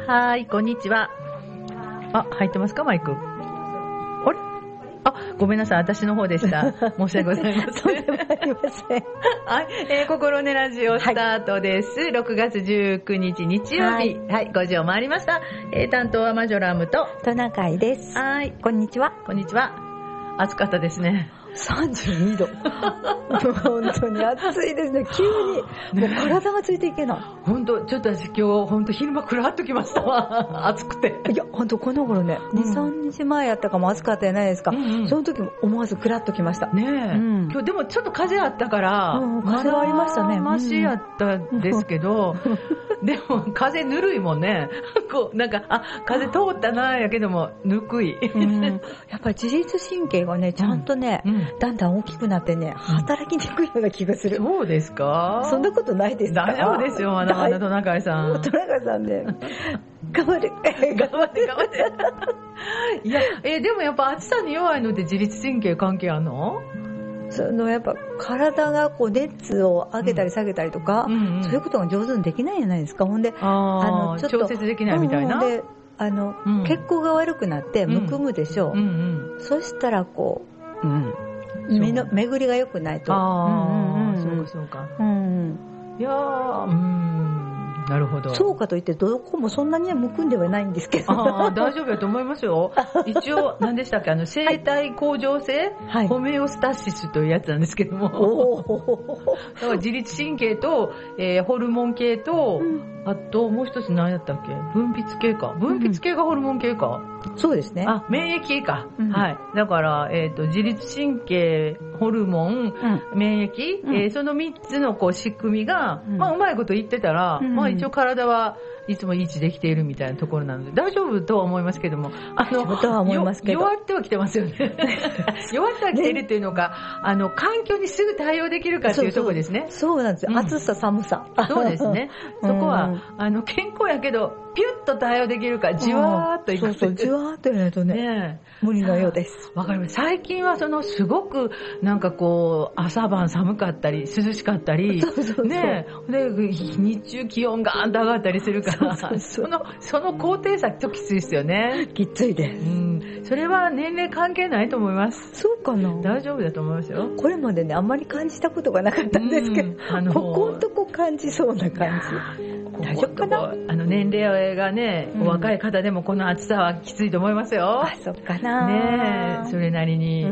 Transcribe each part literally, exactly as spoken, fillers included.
はい、こんにちは。あ、入ってますかマイク。あれ、あ、ごめんなさい、私の方でした。申し訳ございません。 とんでもありません。 はい、えー、心根ラジオスタートです。はい、ろくがつじゅうくにち日曜日、はい、はい、ごじを回りました。えー、担当はマジョラムとトナカイです。 はい、 こんにちは。 こんにちは。暑かったですね。 さんじゅうにど。本当に暑いですね。急にもう体がついていけない。 本当、ちょっと私今日本当昼間くらっときましたわ。暑くて。 いや本当この頃ね、うん、に、さんにちまえやったかも暑かったじゃないですか。うんうん、その時も思わずくらっときました。 ねえ、うん、今日でもちょっと風あったから、うん、 風はありましたね。 マシやったんですけど、うん、でも風ぬるいもんね。こうなんかあ風通ったなやけどもぬくい。 うん、やっぱり自律神経がねちゃんとね、うんうん、だんだん大きくなってね働きにくいような気がする。 そうですか？ そんなことないですか？ 大丈夫ですよ、まだまだトナカイさん。 トナカイさんね頑張れ頑張って頑張っていや、えー、でもやっぱ暑さに弱いのって自律神経関係あるの？ そのやっぱ体がこう熱を上げたり下げたりとか、うんうんうん、そういうことが上手にできないじゃないですか。ほんであのちょっと調節できないみたいな、 うん、であの、うん、血行が悪くなってむくむでしょう、うんうんうん、そしたらこう、うん、身の巡りが良くないと。 ああ、うんうんうん、そうかそうか、うんうん、いやー、うん、なるほど。 そうかといってどこもそんなにはむくんではないんですけど。 あ大丈夫だと思いますよ。一応何でしたっけ、あの生体向上性、はい、ホメオスタシスというやつなんですけども、だから自律神経と、えー、ホルモン系と、うん、あともう一つ何やったっけ、分泌系か、分泌系がホルモン系か、 うん、そうですね。 あ、免疫系か、うん、はい。だから、えーと、自律神経、ホルモン、うん、免疫、うん、えー、そのみっつのこう仕組みが、うん、まあうまいこと言ってたら、うん、まあ一応体はいつも維持できているみたいなところなので大丈夫とは思いますけども、 あのとは思いますけど弱ってはきてますよね。弱ってはきているっていうのが、ね、あの環境にすぐ対応できるかっていうところですね。 そうそうそうなんですよ、うん、暑さ寒さ。 そうですね。そこは、うん、あの健康やけどピュッと対応できるか、じわーっといく、うん、 そうそうじわーっとやないとね、ね無理のようです。 わかります。最近はそのすごくなんかこう朝晩寒かったり涼しかったり、 そうそうそうね、で日中気温がーンと上がったりするから、そうそうそう、そのその高低差ときついですよね。 きついです、うん、 それは年齢関係ないと思います。 そうかな、 大丈夫だと思いますよ。 これまでねあんまり感じたことがなかったんですけど、うん、あのー、ここんとこ感じそうな感じ。大丈夫かな。 あの年齢がね、うん、お若い方でもこの暑さはきついと思いますよ。 あ、そっかな。 ね、それなりに、うん、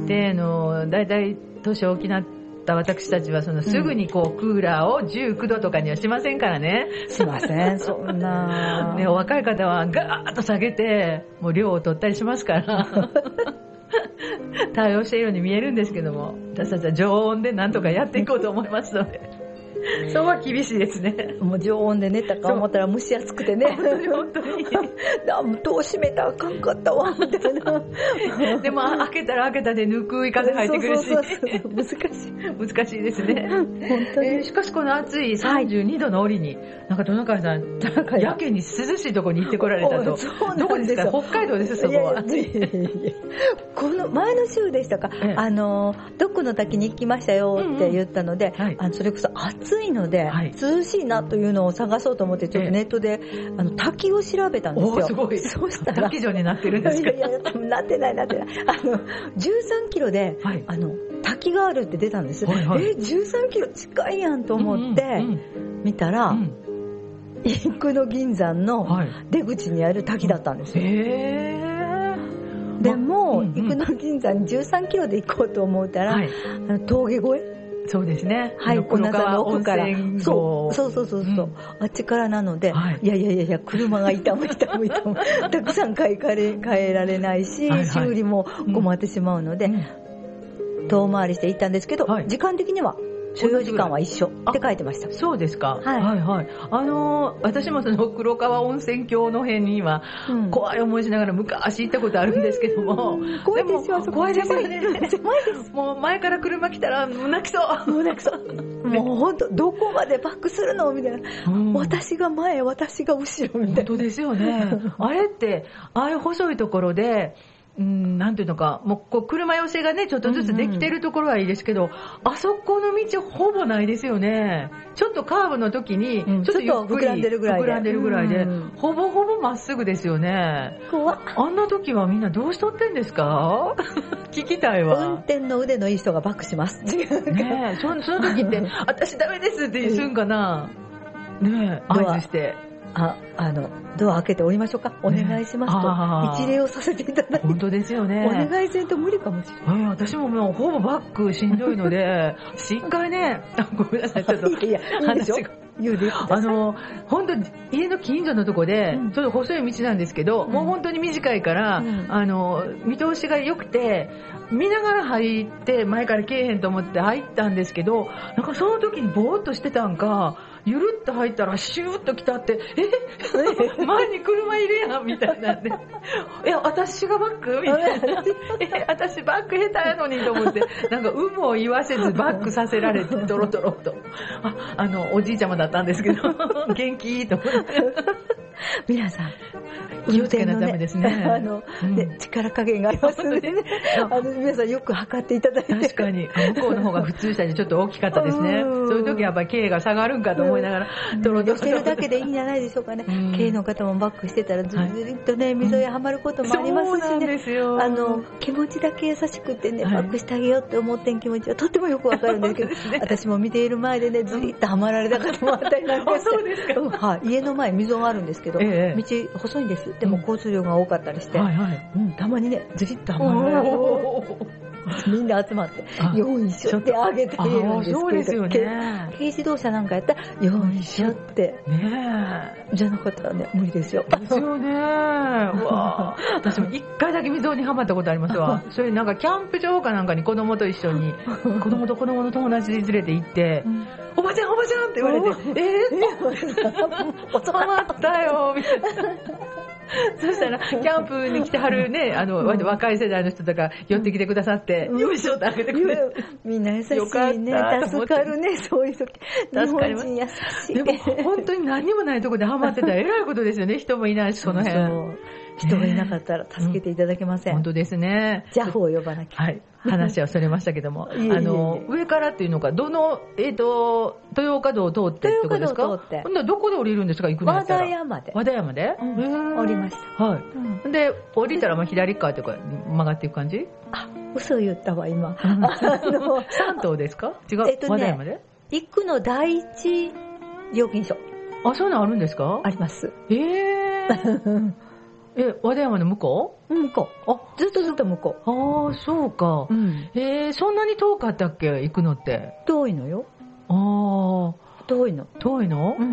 であのだいたい年大きなった私たちはそのすぐにこうクーラーをじゅうきゅうどとかにはしませんからね。 しませんそんな、 ね、お若い方はガーッと下げてもう量を取ったりしますから対応しているように見えるんですけども、私たちは常温でなんとかやっていこうと思いますのでそこは厳しいですね。 もう常温で寝たか思ったら蒸し暑くてね。 本当に本当に。 戸を閉めたらあかんかったわみたいな。 でも開けたら開けたでぬくい風入ってくるし。 そうそうそうそう難しい難しいですね。本当に。えー、しかしこの暑いさんじゅうにどの折に、はい、なんかトナカイさんやけに涼しいところに行ってこられたと。どこですか？北海道ですそこは。いやいやいやこの前の週でしたか。ええ、あのどこの滝に行きましたよって言ったので、うんうん、はい、あのそれこそ暑いので、はい、涼しいなというのを探そうと思ってちょっとネットで、ええ、あの滝を調べたんですよ。 おすごい。そうしたら滝場になってるんですか？ いやいやなってないなってない。あのじゅうさんキロで、はい、あの滝があるって出たんです。はいはい、えじゅうさんキロ近いやんと思って見たら、うんうん、生野銀山の出口にある滝だったんですよ。へー。でも、ま、生野銀山じゅうさんキロで行こうと思ったら、はい、あの峠越え。 そうですね。 はい、小名沢の奥から。そうそうそうそうそう、うん、あっちからなので、はい、いやいやいやいや車が痛む痛む痛むたくさん買い替え変えられないし、はいはい、修理も困ってしまうので、うん、遠回りして行ったんですけど、はい、時間的には所要時間は一緒って書いてました。 そうですか。はい、はいはい。あのー、私もその黒川温泉郷の辺には怖い思いしながら昔行ったことあるんですけども、うん、 怖いですよ。 怖いですよね。 狭いです。 もう前から車来たら泣きそう。 もう泣きそう。もう本当どこまでバックするのみたいな、うん。私が前、私が後ろみたいな。 本当ですよね。あれってああいう細いところで。 うん、なんていうのか、もうこう車寄せがね、ちょっとずつできてるところはいいですけど、うんうん、あそこの道ほぼないですよね。ちょっとカーブの時に、ちょっとゆっくり、うん、膨らんでるぐらいで、膨らんでるぐらいで、うん、ほぼほぼまっすぐですよね。あんな時はみんなどうしとってんですか？聞きたいわ。 運転の腕のいい人がバックします。 ねえ、そ, その時って、私ダメですって言うんかな。ねえ、合図して。 あ、あの、ドア開けて降りましょうか。お願いしますと、一礼をさせていただいて。 本当ですよね。 お願いせんと無理かもしれない。 私ももうほぼバックしんどいので、しっかりね、ごめんなさい、ちょっといや、話が。 あの、本当家の近所のとこで、うん、ちょっと細い道なんですけど、うん、もう本当に短いから、うん、あの、見通しが良くて、見ながら入って、前から来えへんと思って入ったんですけど、なんかその時にぼーっとしてたんか、ゆるっと入ったらシューッと来たって、え前に車いるやんみたいなんで、いや、私がバックみたいな。え、私バック下手やのにと思って、なんか有無を言わせずバックさせられて、ドロドロと。あ、あの、おじいちゃまだったんですけど、元気と思って。 皆さん、 気をつけなダメですね。 あの、うん、ね、力加減がありますのでね。あの、皆さんよく測っていただいて。 確かに。向こうの方が普通車でちょっと大きかったですね。そういう時はやっぱり軽が下がるんかと思いながら、 ドロドロしてるだけでいいんじゃないでしょうかね。軽の方もバックしてたらずっとね、溝へはまることもありますしね。あの、気持ちだけ優しくてね、バックしてあげようって思ってん気持ちはとってもよくわかるんですけど、私も見ている前でね、ずっとはまられた方もあったりなんかして。 そうですか。 はい。家の前溝があるんですけど、ええ、道細いんです。でも交通量が多かったりして、うんはいはいうん、たまにねずりっとはまるみんな集まってよいしょってあげているんですけど、 そうですよね、 軽自動車なんかやったらよいしょってねじゃなかったらね無理ですよ。 ですよね。うわ私も一回だけ溝にはまったことありますわ。それなんかキャンプ場かなんかに子供と一緒に子供と子供の友達で連れて行って、うん、おばちゃんおばちゃんって言われてえー、収まったよみたいな。そしたらキャンプに来てはるねあの、うん、若い世代の人とか寄ってきてくださって、うん、よいしょってあげてくれて、 みんな優しいね。助かるね。そういう時日本人優しい。 でも本当に何もないとこでハマってたらえらいことですよね。人もいないしその辺そう人がいなかったら助けていただけません、 うん、本当ですね。 ジャフを呼ばなきゃ。 はい話はそれましたけどもあの上からっていうのかどの、えー、と豊岡道を通ってってことですか。 豊岡道を通ってほんならどこで降りるんですか。行くのやったら和田山で和田山で、 うん、降りました。 はい、うん、で降りたらまあ左側というか曲がっていく感じ。 あ嘘言ったわ今あのさん頭ですか違う、えっとね、和田山で行くの第一料金所。 あそういうのあるんですか。 あります。 ええーえ、和田山の向こう向こう。あ、ずっとずっと向こう。ああ、そうか。うん、えー、そんなに遠かったっけ行くのって。 遠いのよ。 ああ。 遠いの。 遠いのうん。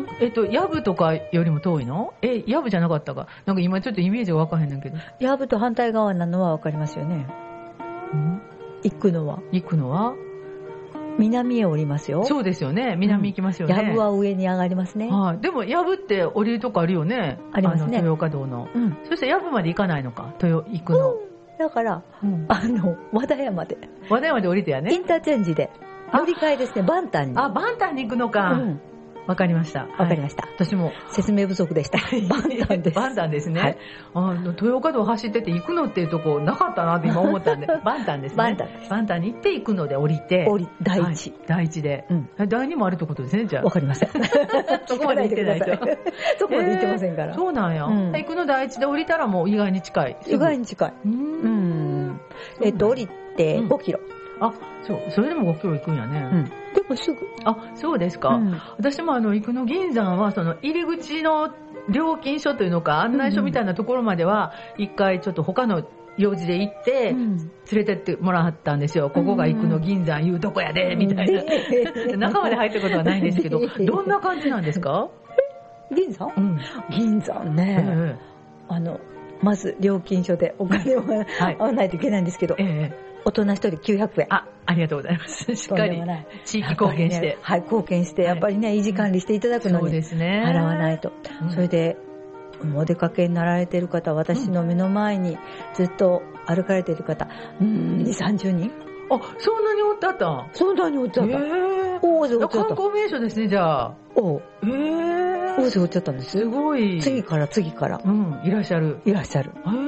えっと、藪とかよりも遠いのえ、藪じゃなかったか。なんか今ちょっとイメージがわかへんねんけど。 藪と反対側なのはわかりますよね。うん。行くのは行くのは南へ降りますよ。 そうですよね。南行きますよね。 藪、うん、は上に上がりますね。 はい。でも藪って降りるとこあるよね。 ありますね。 豊岡道の。うん。そして藪まで行かないのか。豊行くの。うん、 だから、うん、あの和田山で。 和田山で降りてやね。 インターチェンジで乗り換えですね。バンタンに。 あ、バンタンに行くのか。うん。わかりました。 わかりました。はい、 私も説明不足でした。バンタンです。 バンタンですね。はい、あの豊岡道走ってて行くのっていうとこなかったなって今思ったんで、バンタンですね。 バンタンです。 バンタンに行って行くので降りて、 降り第一、はい、 第一で、うん、第二もあるってことですね。じゃあ。 わかりません。 そこまで行ってないと。 そこまで行ってませんから。 えー、そうなんや、うん。行くの第一で降りたらもう意外に近い。 意外に近い。うん。うんえっと降りてごキロ。 うん、あ、そう。それでもごキロ行くんやね。うんでもすぐ。 あ、そうですか。うん、私もあの、生野銀山は、その、入り口の料金所というのか、案内所みたいなところまでは、一回ちょっと他の用事で行って、連れてってもらったんですよ。ここが生野銀山いうとこやで、みたいな。中まで入ったことはないんですけど、どんな感じなんですか？ 銀山？うん。銀山ね。えー、あの、まず料金所でお金を払わないといけないんですけど、えー大人一人きゅうひゃくえん。 あ、ありがとうございます。しっかり地域貢献して、ね、 はい、貢献してやっぱりね、はい、維持管理していただくのに払わないと。うん、それでお出かけになられている方、私の目の前にずっと歩かれている方、うん、にじゅう、さんじゅうにん。 あ、そんなにおったった。 そんなにおっちゃった。えー、大勢おっちゃった。観光名所ですね、じゃあ。 おう。えー、大勢おっちゃったんです。 すごい。 次から次から。 うん、いらっしゃる。 いらっしゃる。 へー。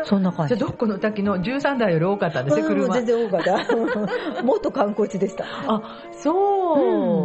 そんな感じ。 じゃあどこの滝のじゅうさんだいより多かったんですね、車。 全然多かった。もっと観光地でした。 あ、そう、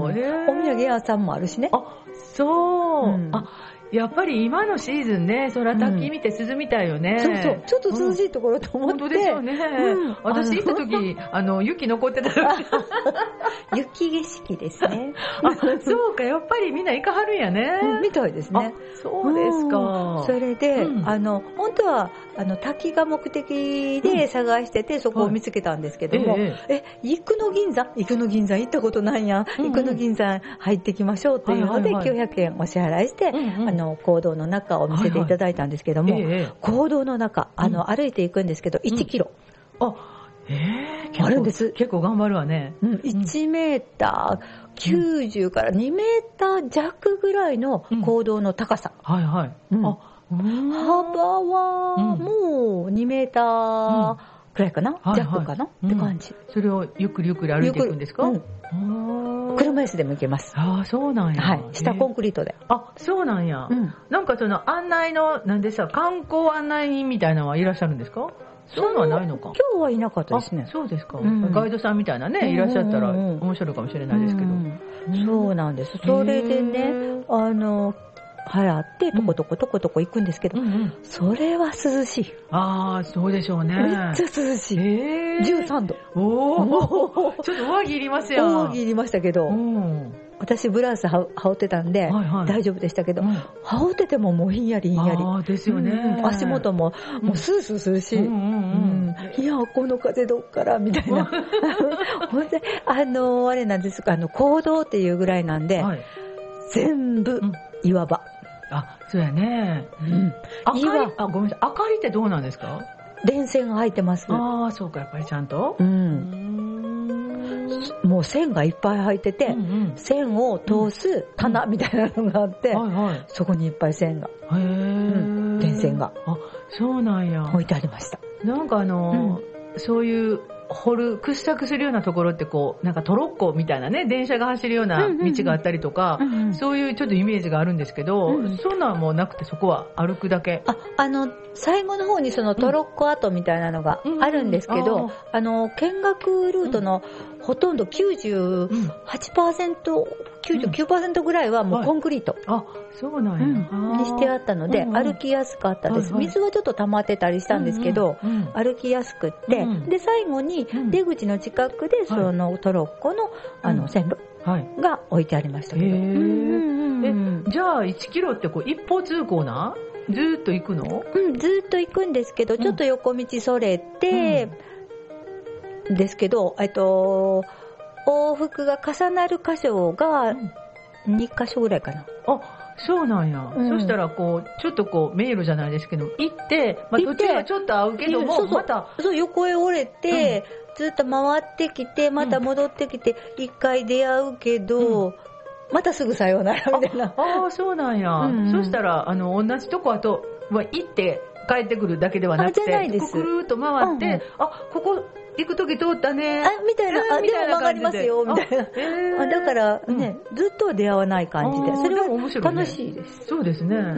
うん、お土産屋さんもあるしね。 あ、そう、うん、あ、やっぱり今のシーズンね、空滝見て涼みたいよね、 うん、そうそう、ちょっと涼しいところと思って、 うん、本当ですよね、うん、私行った時あの雪残ってた雪景色ですね。 あ、そうか、やっぱりみんな行かはるんやね、 うん、みたいですね。 そうですか。 それで、うん、あの本当はあの滝が目的で探してて、うん、そこを見つけたんですけども、はい、ええ、生野銀山生野銀山行ったことないやん、うんうん、生野銀山入ってきましょうというので、はいはいはい、きゅうひゃくえんお支払いして、うんうん、あの坑道の中を見せていただいたんですけども、はいはい、ええ、坑道の中あの、うん、歩いていくんですけどいちキロ、 うん、あ、えー、 あるんです。 結構頑張るわね、 うん、いちメーターきゅうじゅうからにメーター弱ぐらいの坑道の高さ、 うん、はいはい、うん、あ、 幅はもうにメーターくらいかな、うん、弱かな、はいはい、って感じ、 うん、それをゆっくりゆっくり歩いていくんですか？うん、 車椅子でも行けます。 ああ、そうなんや。 はい、下コンクリートで。 あ、そうなんや、うん、なんかその案内の何でした、観光案内人みたいなのはいらっしゃるんですか？そういうのはないのか。 今日はいなかったですね。 そうですか、うん、ガイドさんみたいなね、いらっしゃったら面白いかもしれないですけど、うんうん、そうなんです。それでね、あの払ってとことことことこ行くんですけど、うんうん、それは涼しい。 ああ、そうでしょうね。 めっちゃ涼しい、えー、じゅうさんど。 おおちょっと上着いりますよ。 上着いりましたけど、うん、私ブラウス羽織ってたんで、はいはい、大丈夫でしたけど、うん、羽織っててももうひんやりひんやり。 あですよね、 うん、足元ももうスースーするし、うんうんうんうん、いやこの風どっからみたいなほんであのあれなんですか、あの坑道っていうぐらいなんで、はい、全部岩場、 うん、あ、そうやね、うん、明かり、あ、ごめんなさい、明かりってどうなんですか？ 電線が入ってます。 ああ、そうか、やっぱりちゃんと、 うん、もう線がいっぱい入ってて、うんうん、線を通す棚みたいなのがあって、うんはいはい、そこにいっぱい線が、へー、うん、電線が、 あ、そうなんや、 置いてありました。 なんかあのーうん、そういう掘る掘削するようなところってこうなんかトロッコみたいなね、電車が走るような道があったりとか、うんうんうん、そういうちょっとイメージがあるんですけど、うんうん、そんなんもなくて、そこは歩くだけ。 あ、あの最後の方にそのトロッコ跡みたいなのがあるんですけど、うんうん、あ, あの見学ルートのほとんど きゅうじゅうはちパーセント、きゅうじゅうきゅうパーセント ぐらいはもうコンクリート、 うんはい、あ、そうなんや、 うん、にしてあったので、うんうん、歩きやすかったです、はいはい、水はちょっと溜まってたりしたんですけど、うんうん、歩きやすくって、うんうん、で最後に出口の近くでそのトロッコ の, あの線路が置いてありましたけど、うんうんうん、えじゃあいちキロってこう一方通行なずーっと行くの？ うん、ずーっと行くんですけど、ちょっと横道それて、うん、ですけど、えっと往復が重なる箇所がに箇所ぐらいかな。 あ、そうなんや、うん、そしたらこうちょっとこう迷路じゃないですけど行って、まあ、途中はちょっと会うけども、 そうそう、 またそう横へ折れて、うん、ずっと回ってきてまた戻ってきて一回出会うけど、うん、またすぐさようならみたいな。 ああ、そうなんや、うんうん、そしたらあの同じとこあとは行って帰ってくるだけではなくて、くるーっと回って、うんうん、あ、ここ行く時通ったね、 あ、みたいな、あ、でも曲がりますよみたいな、あ、だからね、うん、ずっとは出会わない感じで、それは楽しいです。 そうですね、うん、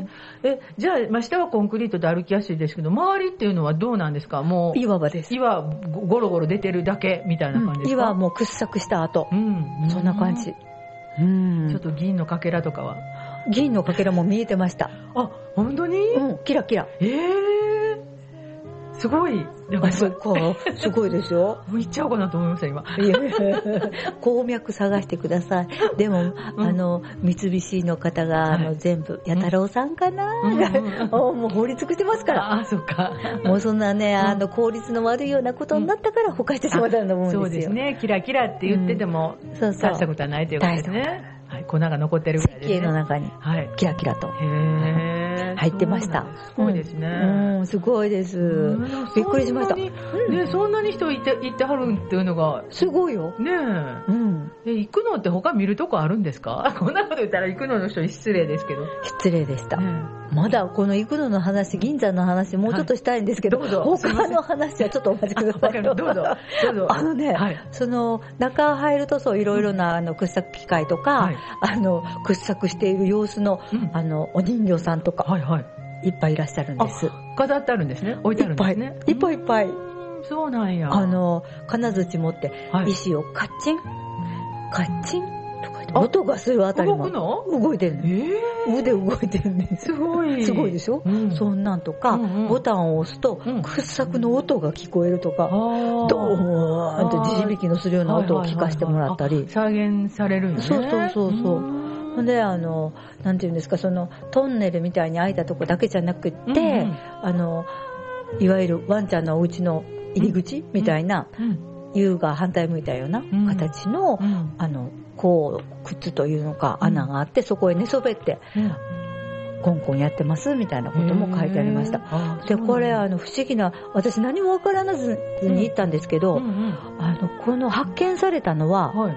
えじゃあ、まあ、下はコンクリートで歩きやすいですけど、周りっていうのはどうなんですか？もう岩場です。 岩ゴロゴロ出てるだけみたいな感じですか？ うん、岩もう掘削した後、うん、そんな感じ、 うん、ちょっと銀のかけらとかは？ 銀のかけらも見えてました。 あ、本当に？ うん、キラキラ。 えーすごい。 あ、そっか。すごいですよ。 もう行っちゃおうかなと思いました、今。 いや鉱脈探してください。でも、うん、あの、三菱の方が、はい、あの全部、弥太郎さんかな、うん、もう法律作ってますから。 あ、そっか。 もうそんなね、あの、効率の悪いようなことになったから、ほかしてしまったんだと思うんですよ。 そうですね。キラキラって言ってても、うん、そうそう。大したことはないということですね。はい、粉が残ってるぐらいですね。 設計の中に、はい、キラキラと。へー。入ってました。 すごいですね。 うん、すごいです。びっくりしました。ね、 そんなに人行って、行ってはるっていうのが。 すごいよ。 ねえ。うん。え、行くのって他見るとこあるんですか？こんなこと言ったら行くのの人に失礼ですけど。 失礼でした。まだこの行くのの話、銀座の話もうちょっとしたいんですけど、他の話はちょっとお待ちください。 どうぞ。どうぞ。 あのね、その中入るとそういろいろなあの掘削機械とか、あの掘削している様子のあのお人形さんとか。はいはい、 いっぱいいらっしゃるんです。 飾ってあるんですね。置いてあるんですね。 いっぱいいっぱい。 そうなんや。 あの金槌持って石をカッチン、カッチンとか音がするあたりも動いてるの。腕動いてるんです。 すごい。 すごいでしょ。そんなんとかボタンを押すと掘削の音が聞こえるとか、ドーンと地響きのするような音を聞かせてもらったり。 再現されるんですね。 そうそうそうそう。であのなんていうんですか、そのトンネルみたいに開いたとこだけじゃなくって、うんうん、あのいわゆるワンちゃんのお家の入り口みたいな、うんうん、U が反対向いたような形の、うん、あのこう靴というのか穴があって、うん、そこへ寝そべって、うん、コンコンやってますみたいなことも書いてありました。でこれあの不思議な、私何もわからずに行ったんですけど、うんうんうん、あのこの発見されたのは、はい、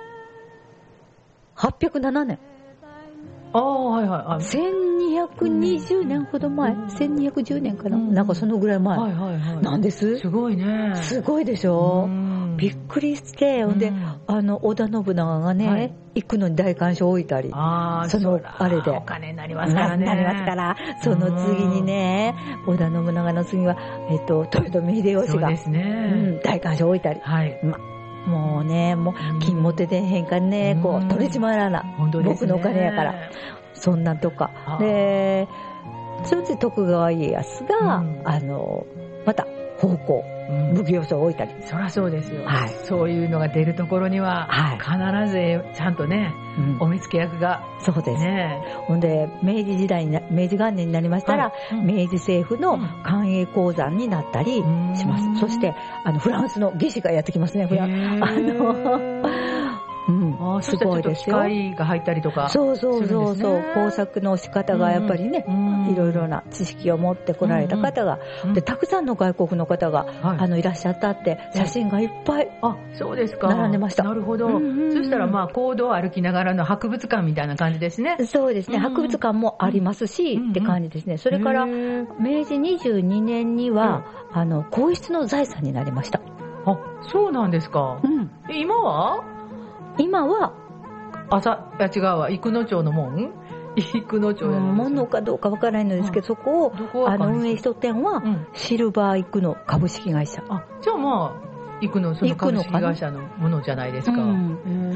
はっぴゃくななねん。 ああ、はいはい。 せんにひゃくにじゅうねんほど前、うん、せんにひゃくじゅうねんかな、うん、なんかそのぐらい前、はいはいはい、なんです。 すごいね。 すごいでしょ。うん、びっくりして、ほんで、うん、あの織田信長がね、はい、行くのに大観賞を置いたり、あそのあれでお金になりますからね。 なりますから、その次にね、織田信長の次はえっと豊臣秀吉が、 ですね、 うん、大観賞を置いたり。はい。まもうね、もう金持って出へんかね、こう取り締まらな、僕のお金やから、そんなんとかで、そのうち徳川家康が、うん、あのまた奉公、うん、武行所を置いたり。 そりゃそうですよ、はい、そういうのが出るところには、はい、必ずちゃんとね、うん、お目付け役が。 そうですね。ほんで明治時代に明治元年になりましたら、はいうん、明治政府の官営鉱山になったりします、うん、そしてあのフランスの技師がやってきますね。フランあのうん、 あすごいですよ。機械が入ったりとか、 そうそうそうそう、工作の仕方がやっぱりね、うん、いろいろな知識を持ってこられた方が、うんうん、でたくさんの外国の方が、はい、あのいらっしゃったって写真がいっぱい、 あそうですか、 並んでました。 なるほど、うんうんうん、そしたらまあ公道を歩きながらの博物館みたいな感じですね。 そうですね、うん、博物館もありますし、うんうん、って感じですね。それから明治にじゅうにねんには、うん、あの皇室の財産になりました。 あそうなんですか、うん、今は今は朝いや違うわ生野町の門生野町のものかどうかわからないのですけど、うん、そこをあの運営しとってんは、うん、シルバー生野株式会社。 あじゃあまあ生野その株式会社のものじゃないですか、うん、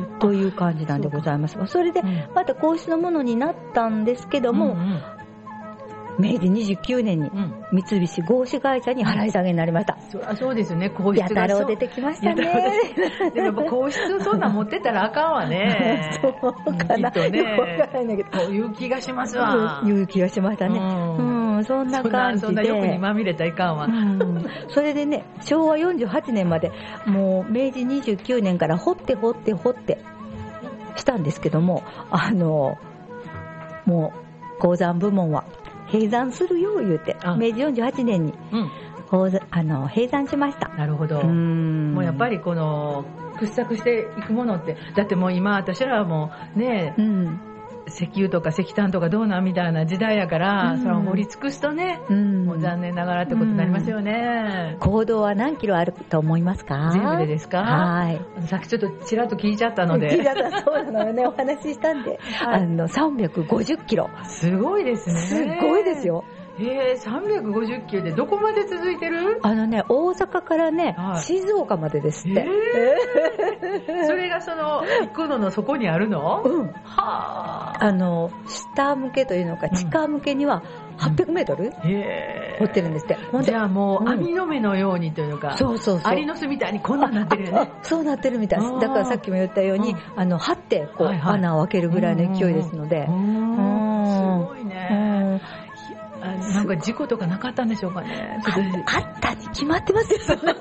という感じなんでございます。 そ, それでまた皇室のものになったんですけども、うんうん明治にじゅうきゅうねんに三菱合資会社に払い下げになりました。 そりゃそうですよね。皇室がやたろう出てきましたね。 でもやっぱ皇室そんな持ってたらあかんわね。 そうかな、きっとね、分からないけどいう気がしますわ。 いう気がしましたね、うんうん、そんな感じで、 そんな欲にまみれたらいかんわ、うん、 それでねしょうわよんじゅうはちねんまでもう明治にじゅうきゅうねんから掘って掘って掘ってしたんですけども、あのもう鉱山部門は閉山するよう言うて明治よんじゅうはちねんに、うん、あの閉山しました。 なるほど。うんもうやっぱりこの掘削していくものってだってもう今私らはもうね、うん、石油とか石炭とかどうなんみたいな時代やから、うん、それを掘り尽くすとね、うん、もう残念ながらってことになりますよね、 うん、坑道は何キロあると思いますか？ 全部でですか？ はい。 さっきちょっとちらっと聞いちゃったので聞いちゃったそうなのよねお話ししたんで、はい、あのさんびゃくごじゅっキロ。 すごいですね。 すごいですよ。 えー、さんびゃくごじゅっキロでどこまで続いてる？ あのね大阪からね、はい、静岡までですって、 えー、それがその生野の底にあるの？うん。 はあ。あの下向けというのか地下向けにははっぴゃくメートル、うん、掘ってるんですって。 じゃあもう網の目のようにというか、うん、そうそうそうアリの巣みたいにこんなになってるよね。 そうなってるみたいです。だからさっきも言ったように、うん、あの張ってこう、はいはい、穴を開けるぐらいの勢いですので、うんうん、すごいね。なんか事故とかなかったんでしょうかね。 あ, あったに決まってますよ。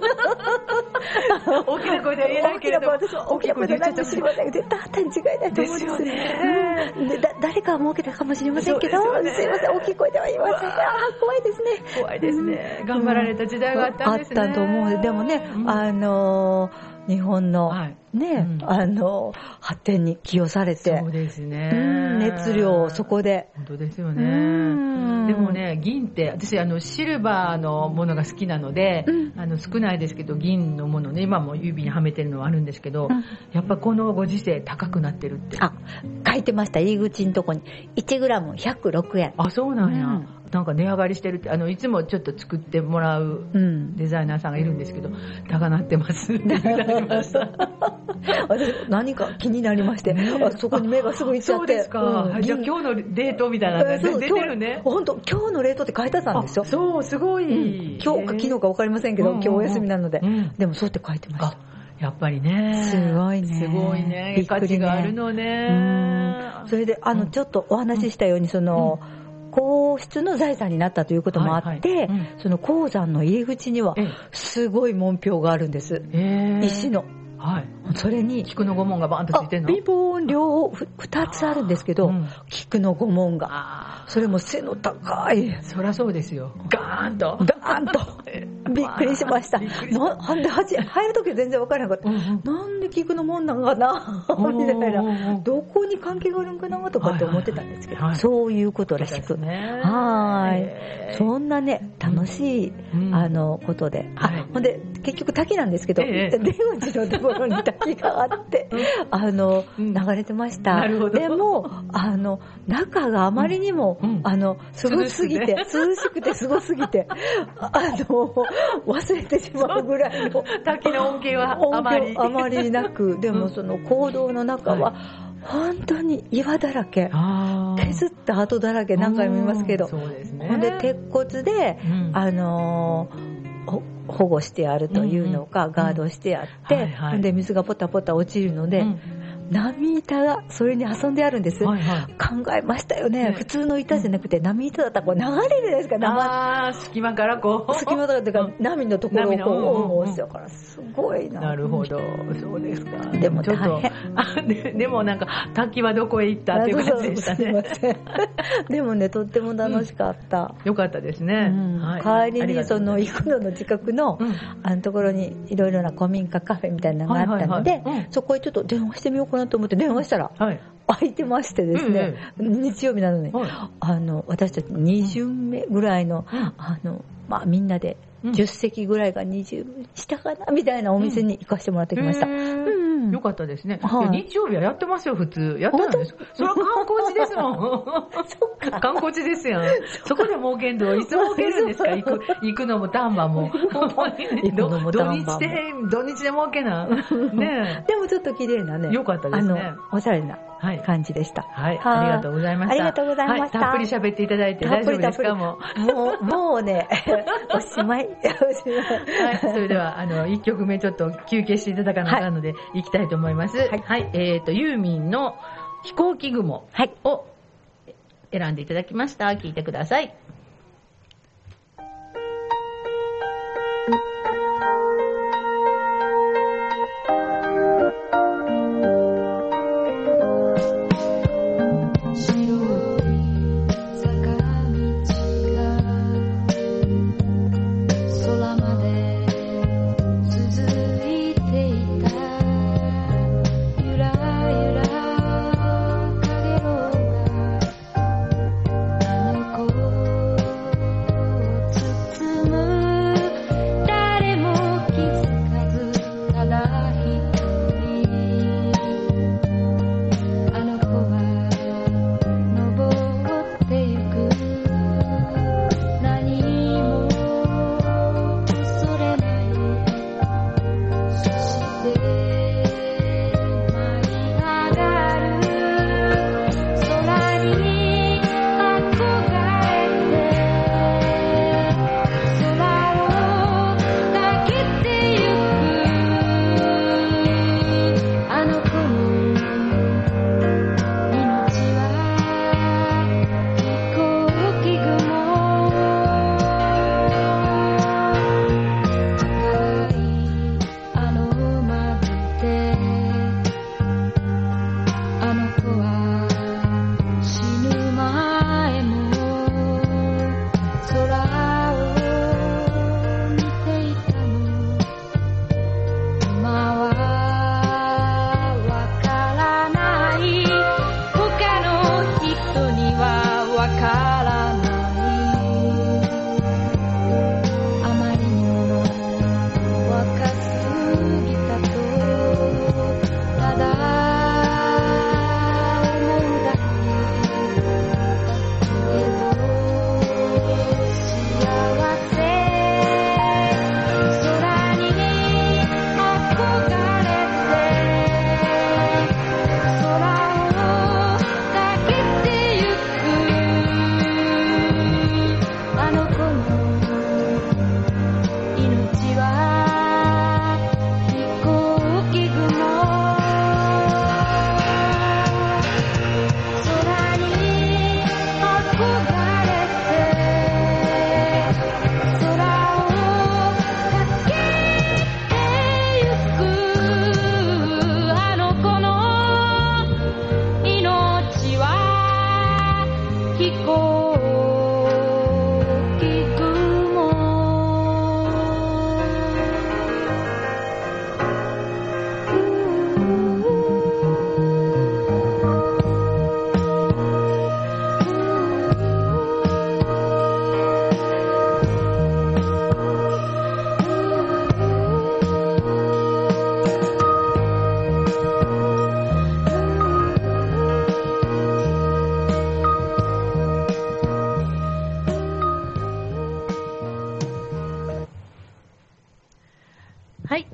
大きな声では言えないけれど、 大きな声で何も知りません。絶対あったに違いないと思うんですよね。うん、でだ誰かは儲けたかもしれませんけど、す, ね、すいません大きい声では言いません。あ怖いですね。 怖いですね、うん。頑張られた時代があったんですね。 あったと思う。でもね、うん、あのー、日本のね、うん、あの発展に寄与されて、 そうですね、 うん、熱量をそこで。 本当ですよね。でもね、銀って私あのシルバーのものが好きなので、うん、あの少ないですけど銀のものね、今も指にはめてるのはあるんですけど、うん、やっぱこのご時世高くなってるって。 あ、書いてました、入り口のとこにいちグラムひゃくろくえん。 あ、そうなんや、うん、なんか値上がりしてるって、あのいつもちょっと作ってもらうデザイナーさんがいるんですけど、うん、高なってますって言われました私何か気になりまして、ね、あそこに目がすぐいっちゃって。 そうですか、うん、じゃあ今日の冷凍みたいなのが出てるね。 本当今日の冷凍って書いてあったんですよ。 そうすごい、うん、 今日か昨日か分かりませんけど、今日お休みなので、うん、でもそうって書いてました。 やっぱりね、 すごいね、 すごいね、 びっくりね、 価値があるのね。 うん、それであの、うん、ちょっとお話ししたようにその、うん、皇室の財産になったということもあって、はいはい、うん、その鉱山の入り口にはすごい門標があるんです、石の。はい、それに菊の御紋がバーンとついてるの。 ビボーン両方ふたつあるんですけど、うん、菊の御紋が、それも背の高い。 そりゃそうですよ、ガーンとガーンとびっくりしました。なんで入るときは全然分からなかった、うんうん、なんで菊の門なんかなみたいな、どこに関係があるんかなとかって思ってたんですけど、はいはいはい、そういうことらしく、ね、はい、そんなね楽しい、うん、あのことで、はい、あほんで結局滝なんですけど、ええ、出口のところに滝があってあの、うん、流れてました。なるほど。でもあの中があまりにも、うん、あのすごすぎて涼しくてすごすぎてあの忘れてしまうぐらいの滝の恩恵はあまりあまりなく、でもその坑道の中は、はい、本当に岩だらけ、削った跡だらけ、何回も見ますけど、そうですね、ほんで鉄骨で、うん、あの保護してあるというのか、うんうん、ガードしてあって、うんはいはい、で水がポタポタ落ちるので、うん、波板がそれに遊んであるんです、はいはい、考えましたよね、ね、普通の板じゃなくて、うん、波板だったらこう流れるじゃないですか、 ああ隙間からこう隙間とかっていうか、うん、波のところをこう押してからすごいな。 なるほど、そうですか。 でもちょっとあ で, でもなんか滝はどこへ行ったっていう感じでしたね。 でもねとっても楽しかった、 うん、よかったですね、うんはい、帰りにその行くのの近くの、うん、あのところにいろいろな古民家カフェみたいなのがあったので、はいはいはい、うん、そこへちょっと電話してみようかなと思って電話したら、はい、空いてましてですね、うんうん、日曜日なのに、はい、あの私たちに巡目ぐらいの、うん、あのまあ、みんなでじゅっ席ぐらいがにじゅうしたかなみたいなお店に行かせてもらってきました、うんうん、よかったですね、はい、日曜日はやってますよ、普通やってないんです。それは観光地ですもんそっか観光地ですやん。そこで儲けんといつ儲けるんですか行く, 行くのも丹波も行くのも土日で土日で儲けな、ね、 でもちょっと綺麗なね、 よかったですね、 あのおしゃれな感じでした、 はいはい、ありがとうございました。 ありがとうございました、 はい、たっぷり喋っていただいて大丈夫ですか。もうもうもうねおしまいはい、それではあのいっきょくめちょっと休憩していただかなかったので、はい、行きたいと思います。はい、はい、えっ、ー、とユーミンの飛行機雲を選んでいただきました。聞いてください。 「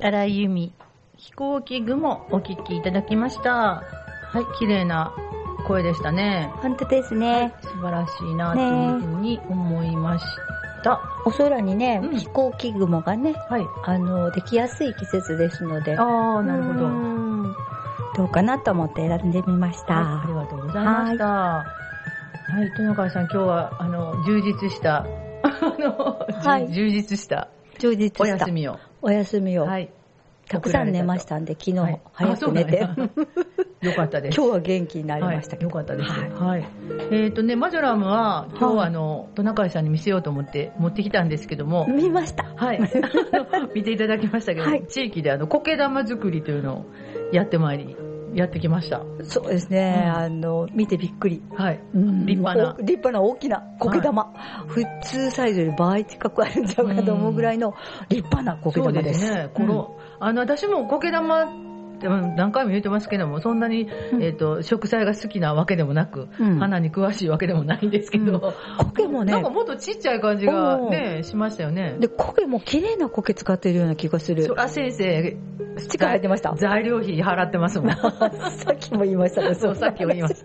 荒井由実、飛行機雲お聞きいただきました。はい、綺麗な声でしたね。 本当ですね。はい、 素晴らしいなというふうに思いました。 お空にね、うん、飛行機雲がね、 はい、あのできやすい季節ですので。 ああ、なるほど。 どうかなと思って選んでみました。 はい、ありがとうございました。はい、はい、豊川さん、今日はあの充実したあの、はい、充実した充実したお休みをお休みを、はい、たくさん寝ましたんで、昨日、はい、早く寝てよかったです。 今日は元気になりましたけど、 はい、よかったです。はい。はい、えっ、ー、とね、マジョラムは今日はあのトナカイさんに見せようと思って持ってきたんですけども、 見ました。 はい。見ていただきましたけど、はい、地域であの苔玉作りというのをやってまいり。やってきました。 そうですね、うん、あの見てびっくり。 はい、うん、立派な立派な大きな苔玉、はい、普通サイズより倍近くあるんちゃうかと思うぐらいの立派な苔玉です。 そうですね。この、うん、あの私も苔玉何回も言ってますけども、そんなに、うん、えっ、ー、と植栽が好きなわけでもなく、うん、花に詳しいわけでもないんですけど、 うん、苔もね、 なんかもっとちっちゃい感じがねしましたよね。 で苔も綺麗な苔使ってるような気がする。 そら先生力入ってました。 材料費払ってますもん。さっきも言いましたね。 そう、さっきも言いました。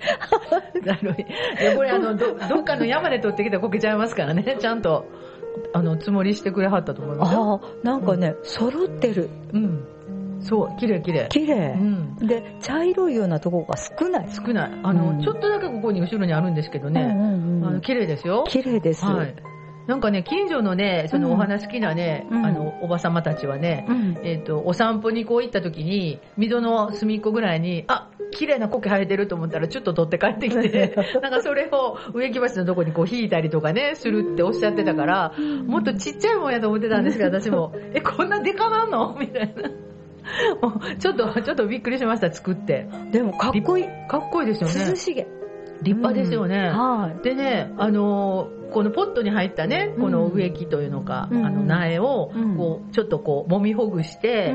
材料費。いやこれあの ど, どっかの山で取ってきた苔ちゃいますからね。ちゃんとあの積もりしてくれはったと思いますよ。 ああ、なんかね、うん、揃ってる。 うん。そう、綺麗綺麗。 綺麗。うん。で、茶色いようなところが少ない。 少ない。あの、うん、ちょっとだけここに後ろにあるんですけどね。うんうんうん、あの綺麗ですよ。 綺麗です。 はい。なんかね、近所のね、そのお花好きなね、うん、あの、おばさまたちはね、うん、えっと、お散歩にこう行った時に、溝の隅っこぐらいに、あ、綺麗な苔生えてると思ったら、ちょっと取って帰ってきて、なんかそれを植木鉢のとこにこう引いたりとかね、するっておっしゃってたから、もっとちっちゃいもんやと思ってたんですけど、私も、え、こんなでかなんのみたいな。ちょっと、ちょっとびっくりしました、作って。 でもかっこいい。 かっこいいですよね。 涼しげ。 立派ですよね。 うん、はい。 でね、あのー、このポットに入ったね、この植木というのか、うん、あの苗を、こう、ちょっとこう、揉みほぐして、うん、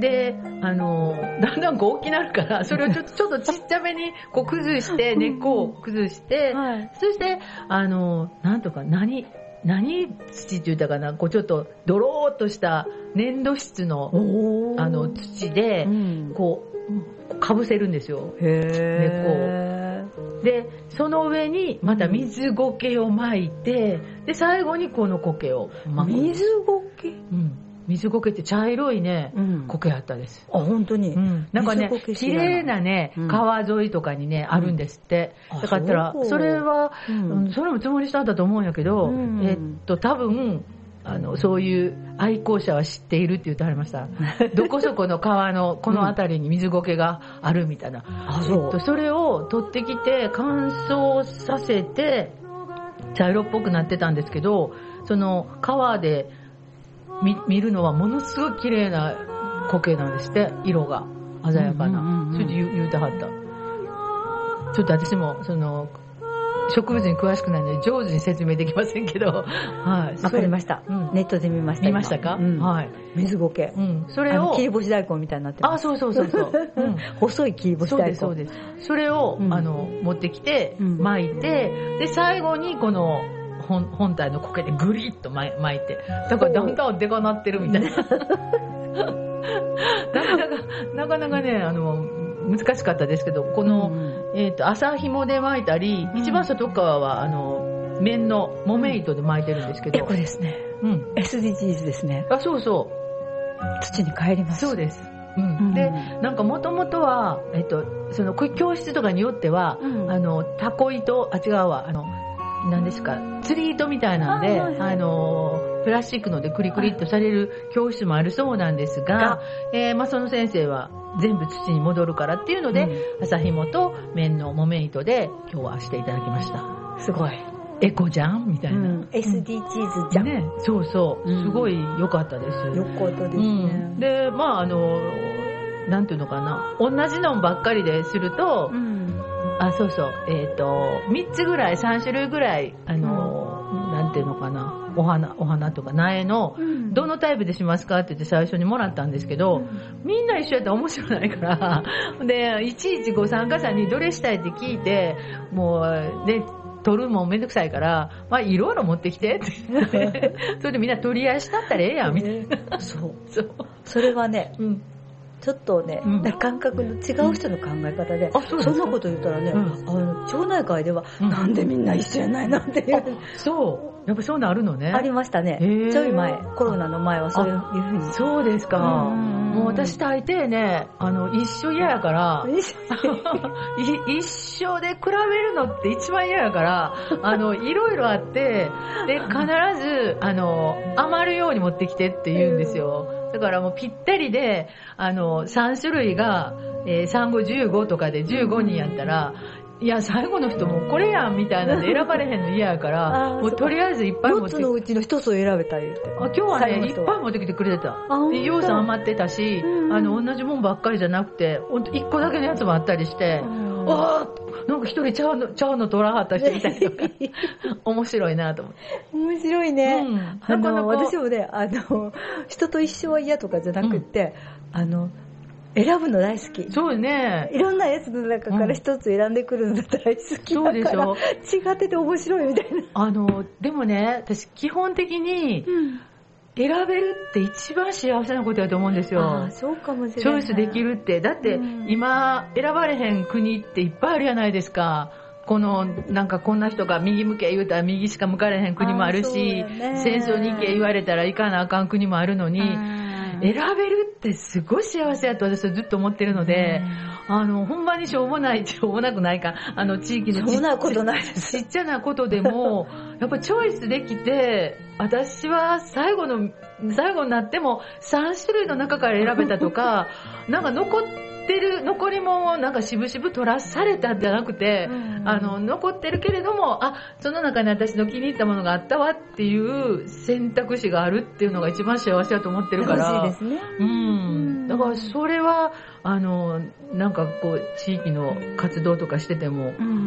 で、あのー、だんだんこう大きなるから、それをちょっと、ちょっとちっちゃめに、こう崩して、根っこを崩して、はい、そして、あのー、なんとか、何、何土って言ったかな、こうちょっとドローっとした粘土質のあの土でこうかぶせるんですよ。 へー。でその上にまた水苔を巻いて、で最後にこの苔を巻く。 水苔？ うん。水苔って茶色いね、うん、苔あったです。 あ、本当に、 うん、なんかね、綺麗なね、うん、川沿いとかにね、あるんですって。うん、だから、それは、うん、それもつもりしたんだと思うんやけど、うん、えっと、多分、あの、そういう愛好者は知っているって言ってはりました。どこそこの川のこの辺りに水苔があるみたいな。 あ、そう。 えっと、それを取ってきて、乾燥させて、茶色っぽくなってたんですけど、その川で、見, 見るのはものすごい綺麗な苔なんですって。色が鮮やかな、うんうんうん、それで 言, 言うてはった。ちょっと私もその植物に詳しくないので上手に説明できませんけど、 はい、わかりました、うん、ネットで見ました。 見ましたか、うん、はい。 水苔、 うん、それを切り干し大根みたいになってます。 あ、そうそうそうそう、うん、 細い切り干し大根。 そうですそうです。それを、うん、あの持ってきて巻いて、で最後にこの本, 本体の苔でグリッと巻いて、だからだんだんでかなってるみたいな。なかなか、なかなかね、あの、難しかったですけど、この、うん、えっと、麻紐で巻いたり、うん、一番外側は、あの、綿の木綿糸で巻いてるんですけど。 エコですね。 うん。 エスディージーズ ですね。 あ、そうそう。 土に帰ります。 そうです。うん、で、なんかもともとは、えっと、その、教室とかによっては、うん、あの、タコ糸、あ、違うわ、あの、何ですか、釣り糸みたいなんで、あ、はいはい、あのプラスチックのでクリクリっとされる教室もあるそうなんですが、えー、まあその先生は全部土に戻るからっていうので、うん、麻紐と綿の木綿糸で今日はしていただきました。 すごいエコじゃんみたいな、うん、 エスディージーズ じゃん、ね、 そうそう、すごい良かったです。 良かったですね、うん、 でまああのなんていうのかな、同じのばっかりですると、うん、あ、そうそう、えっと、みっつぐらい、さん種類ぐらい、あの、うん、なんていうのかな、お花、お花とか苗の、うん、どのタイプでしますかって言って最初にもらったんですけど、うん、みんな一緒やったら面白くないから、で、いちいちご参加者にどれしたいって聞いて、もう、ね、 取るもんめんどくさいから、まあいろいろ持ってきてって言ってそれでみんな取り合いしたったらええやんみたいな。 そうそう。それはね、うん、ちょっとね、うん、感覚の違う人の考え方で、うん、そんなこと言ったらね、うん、あの町内会では、うん、なんでみんな一緒やないなんていう。 そう。やっぱそういうのあるのね。 ありましたね。ちょい前、コロナの前はそういうふうに。 そうですか。もう私大抵ね、あの、一緒嫌やから、一緒で比べるのって一番嫌やから、あの、いろいろあって、で、必ず、あの、余るように持ってきてって言うんですよ。だからもうぴったりで、あの、さん種類が、えー、さん、ご、じゅうごとかでじゅうごにんやったら、いや、最後の人もこれやんみたいなんで選ばれへんの嫌やから、もうとりあえずいっぱい持ってきて。 よっつのうちのひとつを選べた言って。 あ、今日はね、いっぱい持ってきてくれてた。ようさん余ってたし、あの、同じもんばっかりじゃなくて、ほんといっこだけのやつもあったりして、あーなんか一人ちゃうの、ちゃうの取らはった人みたいとか、面白いなと思って。 面白いね。うん、あの、私もね、あの、人と一緒は嫌とかじゃなくって、うん、あの、選ぶの大好き。 そうね。 いろんなやつの中から一つ選んでくるのだ大好きだから、うん、そうでしょ。違ってて面白いみたいな。 あの、でもね、私基本的に、選べるって一番幸せなことだと思うんですよ。 ああ、そうかもしれない。 チョイスできるって。だって、うん、今、選ばれへん国っていっぱいあるじゃないですか。この、なんかこんな人が右向け言うたら右しか向かれへん国もあるし、戦争に行け言われたら行かなあかん国もあるのに、選べるってすごい幸せやと私はずっと思ってるので、あの、ほんまにしょうもない、しょうもなくないか、あの、地域のちっちゃなことないです。 ちっちゃなことでも、やっぱチョイスできて、私は最後の、最後になってもさん種類の中から選べたとか、なんか残ってる、残り物をなんか渋々取らされたんじゃなくて、うん、あの、残ってるけれども、あ、その中に私の気に入ったものがあったわっていう選択肢があるっていうのが一番幸せだと思ってるから。 楽しいですね。 うん。だからそれは、あの、なんかこう、地域の活動とかしてても、うんうん、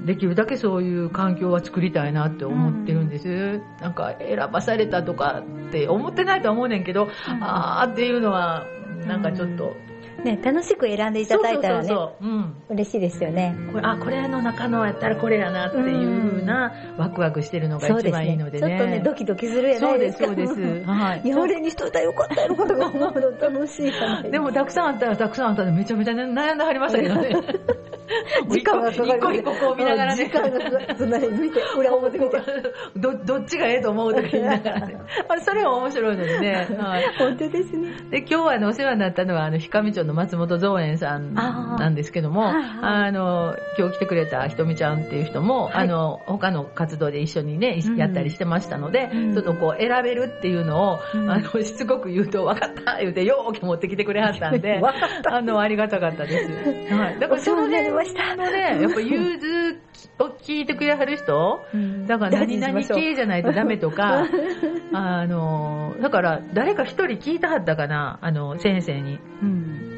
できるだけそういう環境は作りたいなって思ってるんです。うん、なんか選ばされたとかって思ってないとは思うねんけど、うん、あーっていうのは、なんかちょっと、 ね、楽しく選んでいただいたらね、そうそうそうそう、うん、嬉しいですよね。 これ、あ、これの中のやったらこれやなっていう風なワクワクしてるのが一番いいのでね。 そうですね。ちょっとね、ドキドキするやないですか。 そうです、そうです。はい。 いや、俺にしといたらよかったやろかとか思うの楽しいかな。 でもたくさんあったらたくさんあったらめちゃめちゃ悩んではりましたけどね。 時間がかかる。 一個一個こう見ながらね。 時間がかかる。隣見て、裏表見て。 ど、どっちがええと思うとか言いながらね。あれ、それも面白いのでね。 はい。本当ですね。 で、今日はあの、お世話になったのは、あの、氷上町の松本造園さんなんですけども、あ,、はいはい、あの、今日来てくれたひとみちゃんっていう人も、はい、あの、他の活動で一緒にね、やったりしてましたので、うん、ちょっとこう、選べるっていうのを、うん、あの、しつこく言うと、分かった言うて、よーく持ってきてくれはったんで、あの、ありがたかったです。はい。だからそのね、あのね、やっぱ融通を聞いてくれはる人、うん、だから何々系じゃないとダメとか、あの、だから誰か一人聞いたはったかな、あの、先生に。うん、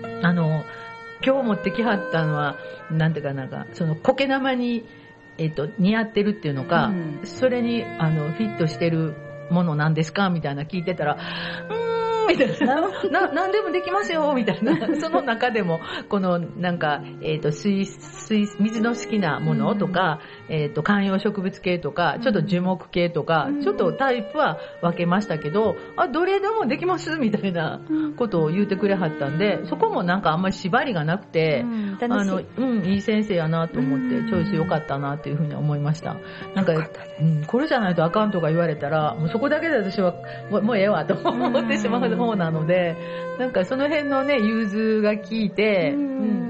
あの、今日持ってきはったのは、なんていうかなんか、その苔生に、えっと、似合ってるっていうのか、うん、それに、あの、フィットしてるものなんですかみたいな聞いてたら、うーんみたいな、な、なんでもできますよみたいな、その中でも、この、なんか、えっと、水、水、水の好きなものとか、うん、えっと、観葉植物系とか、ちょっと樹木系とか、うん、ちょっとタイプは分けましたけど、あ、どれでもできますみたいなことを言うてくれはったんで、そこもなんかあんまり縛りがなくて、うん、あの、うん、いい先生やなと思って、チョイス良かったなというふうに思いました。なんか、うん、これじゃないとあかんとか言われたら、もうそこだけで私は、もう、もうええわと思ってしまう方なので、なんかその辺のね、融通が効いて、うん、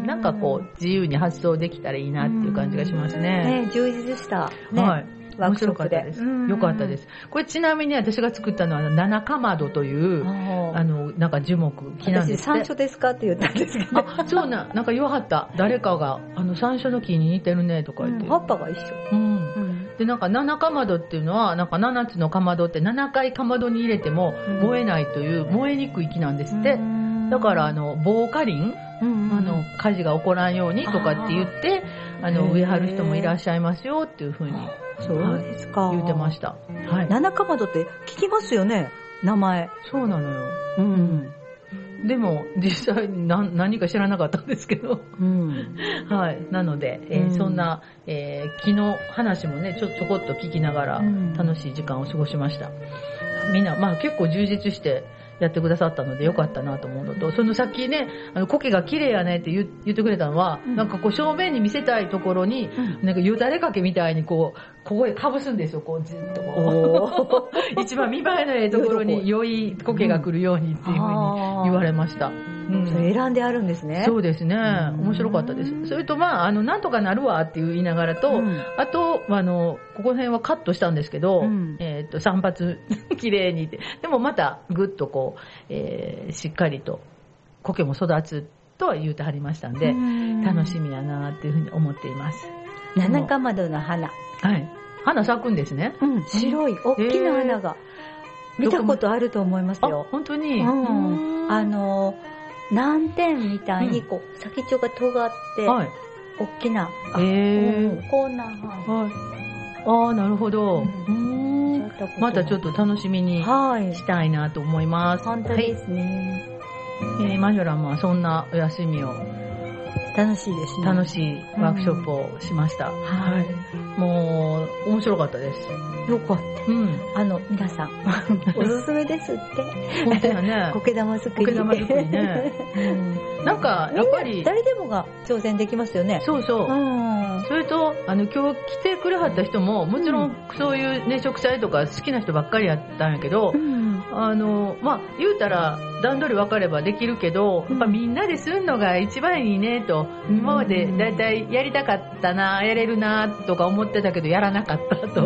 なんかこう、自由に発想できたらいいなっていう感じがしますね。 ね、充実した。ね、 はい。面白かったです。よかったです。これちなみに私が作ったのは、七かまどという、あの、なんか樹木、木なんですって。 私、山椒ですかって言ったんですけど。 あ、そうな、なんか言わはった。誰かが、あの、山椒の木に似てるね、とか言って。 うん、葉っぱが一緒。うん。 で、なんか七かまどっていうのは、なんか七つのかまどってななかいかまどに入れても燃えないという、燃えにくい木なんですって。だから、あの、防火林、うんうん、あの、火事が起こらんようにとかって言って、あ, あの、植えはる人もいらっしゃいますよっていうふうに。 そうですか。 言ってました。 はい。七かまどって聞きますよね、名前。 そうなのよ。 うん。 でも実際に 何, 何か知らなかったんですけど、うん、はい。なので、えーうん、そんな、えー、昨日話もねちょちょこっと聞きながら楽しい時間を過ごしました。うん、みんなまあ結構充実してやってくださったのでよかったなと思うのと、そのさっきね、あの苔が綺麗やねって 言, 言ってくれたのは、うん、なんかこう正面に見せたいところに、うん、なんかよだれかけみたいにこう、ここへかぶすんですよ、こうずっとこう。一番見栄えのいいところに良い苔が来るようにっていうふうに言われました。 うん、それ選んであるんですね。 そうですね。面白かったです。それとまあ、あの、なんとかなるわって言いながらと、うん、あと、あの、ここら辺はカットしたんですけど、うん、えっと、散髪綺麗にって。でもまたぐっとこう、えー、しっかりと苔も育つとは言うてはりましたんで、楽しみやなっていうふうに思っています。 七かまどの花。 はい。花咲くんですね。 うん、白い、大きな花が。見たことあると思いますよ。 本当に、 うん、あの、南天みたいにこう、うん、先っちょが尖って、はい、大きな、 あ、えー、 うん、こんな、はい、 ああ、なるほど。うん、またちょっと楽しみにしたいなと思います。 はい、本当ですね。 はい、えー、マジョラムはそんなお休みを楽しいですね。 楽しいワークショップをしました。うん、はい。もう、面白かったです。 よかった。うん。あの、皆さん、おすすめですって。 本当やね。 苔玉作り。 苔玉作りね。うん、なんか、やっぱり。 誰でもが挑戦できますよね。 そうそう。うん。それと、あの、今日来てくれはった人も、もちろん、そういうね、植栽とか好きな人ばっかりやったんやけど、うん、あの、まあ、言うたら、段取り分かればできるけど、やっぱみんなでするのが一番いいねと、うん、今までだいたいやりたかったな、やれるなとか思ってたけどやらなかったと、うん、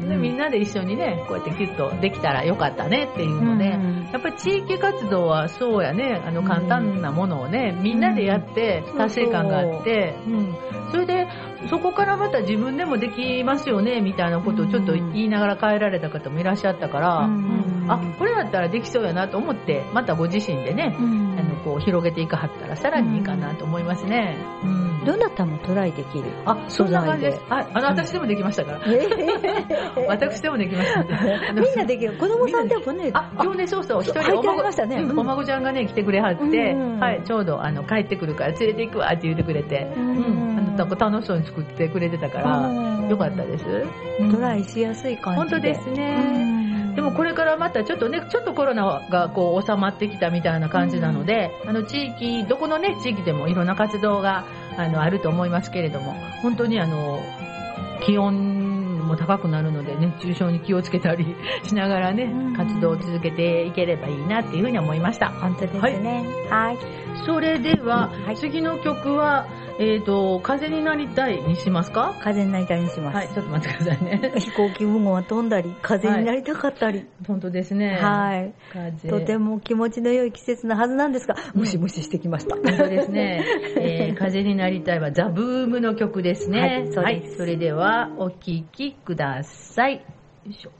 でみんなで一緒にねこうやってキュッとできたらよかったねっていうので、うん、やっぱり地域活動はそうやね、あの簡単なものをねみんなでやって達成感があって、うん、それでそこからまた自分でもできますよねみたいなことをちょっと言いながら帰られた方もいらっしゃったから、うんうん、あ、これだったらできそうやなと思ってまたご自身でね、うん、あのこう広げていかはったらさらにいいかなと思いますね。 うん、どなたもトライできる。 あ、そんな感じです。あ、あの私でもできましたから。私でもできました。 みんなできる。子供さんでもね。 あ、今日ね、そうそう、一人お孫、ねうん、お孫ちゃんがね来てくれはって、うんうん、はい、ちょうどあの帰ってくるから連れて行くわって言ってくれて、うん、あの楽しそうに作ってくれてたからよかったです。 トライしやすい感じで。 本当ですね。でもこれからまたちょっとね、ちょっとコロナがこう収まってきたみたいな感じなので、あの地域、どこのね、地域でもいろんな活動があのあると思いますけれども、本当にあの、気温も高くなるので熱中症に気をつけたりしながらね、活動を続けていければいいなっていうふうに思いました。 本当ですね。はい。はい、 それでは、はい、次の曲は、えっと、風になりたいにしますか？ 風になりたいにします。 はい、ちょっと待ってくださいね。 飛行機雲が飛んだり、風になりたかったり。はい、 本当ですね。 はい。風。とても気持ちの良い季節のはずなんですが、ムシムシしてきました。 本当ですね。えー、風になりたいはザ・ブームの曲ですね。はい、そうです。はい、それではお聴きください。よいしょ。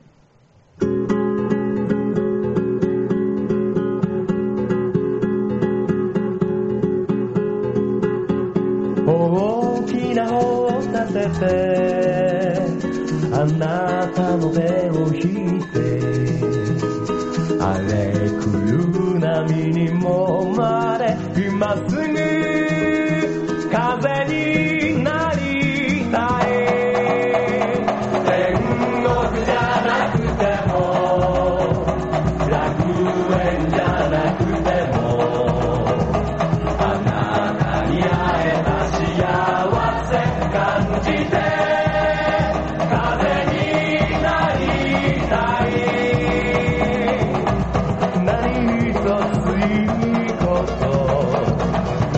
大きな帆を立ててあなたの手を引いて荒れ狂う波にもまれ今すぐ風になりたい天国じゃなくても楽園じゃなくてもあなたに会えた幸せ感じて風になりたい何一ついいこと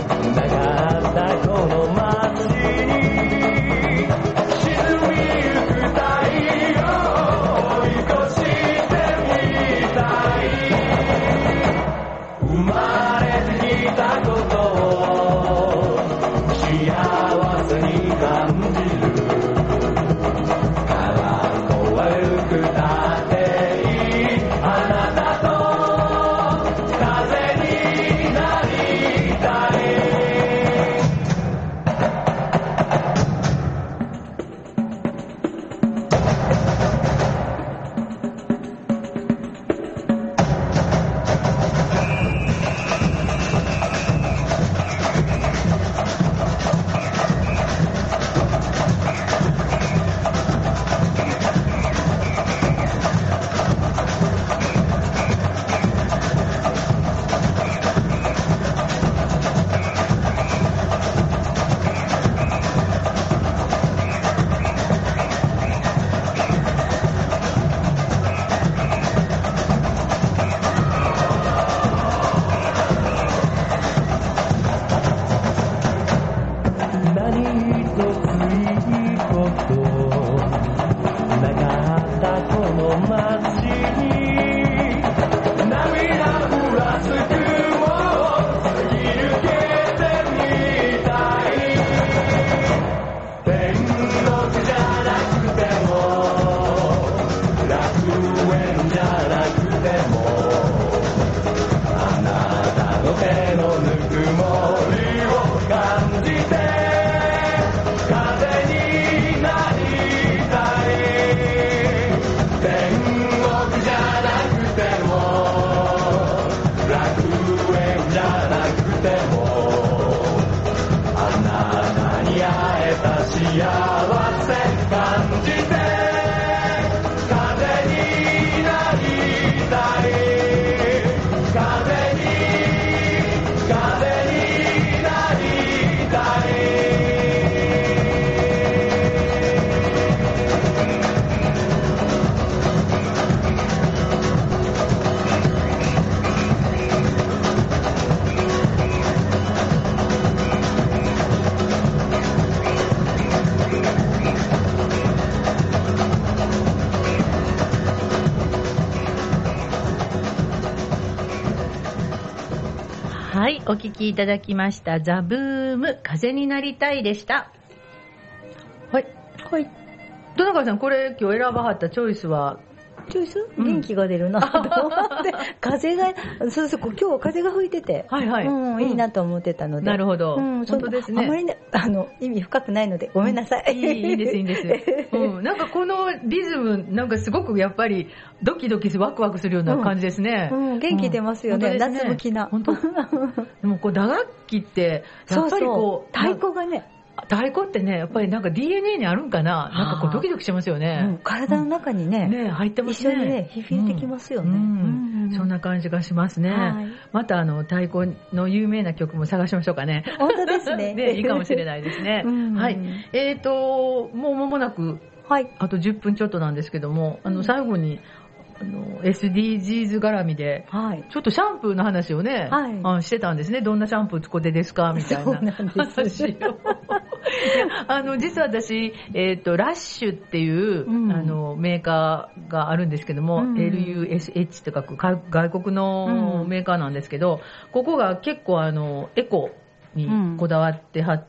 はい、お聞きいただきましたザ・ブーム風になりたいでした。はいはい。 戸中さん、これ今日選ばはったチョイスはチョイス、うん、元気が出るなと思って風がそうそう今日は風が吹いてて、 はいはい、 うん、いいなと思ってたので。 なるほど、 うん、 本当ですね。 あまり、ね、あの意味深くないのでごめんなさい。 いい、いいですいいです、うん、なんかこのリズムなんかすごくやっぱりドキドキワクワクするような感じですね。 うんうん、元気出ますよね、うん、ね夏向きな。 本当でもこう打楽器ってやっぱりこう太鼓がね太鼓ってね、やっぱりなんか ディーエヌエー にあるんかな、なんかこうドキドキしますよね。 うん、体の中にね、 うん、ね入ってますね。 一緒にね、響いてきますよね。 うんうんうん、そんな感じがしますね。はい、またあの太鼓の有名な曲も探しましょうかね。 本当ですね。 ね、いいかもしれないですね。うん、はい。えっと、もう間もなく、はい、あとじゅっぷんちょっとなんですけども、あの最後に、あの エスディージーズ 絡みで、はい、ちょっとシャンプーの話をね、はい、あしてたんですね。どんなシャンプー使ってですかみたいな話を。あの実は私、えーと、ラッシュっていう、うん、あのメーカーがあるんですけども、うん、エルユーエスエイチ と書く外国のメーカーなんですけど、うん、ここが結構あのエコにこだわってはって、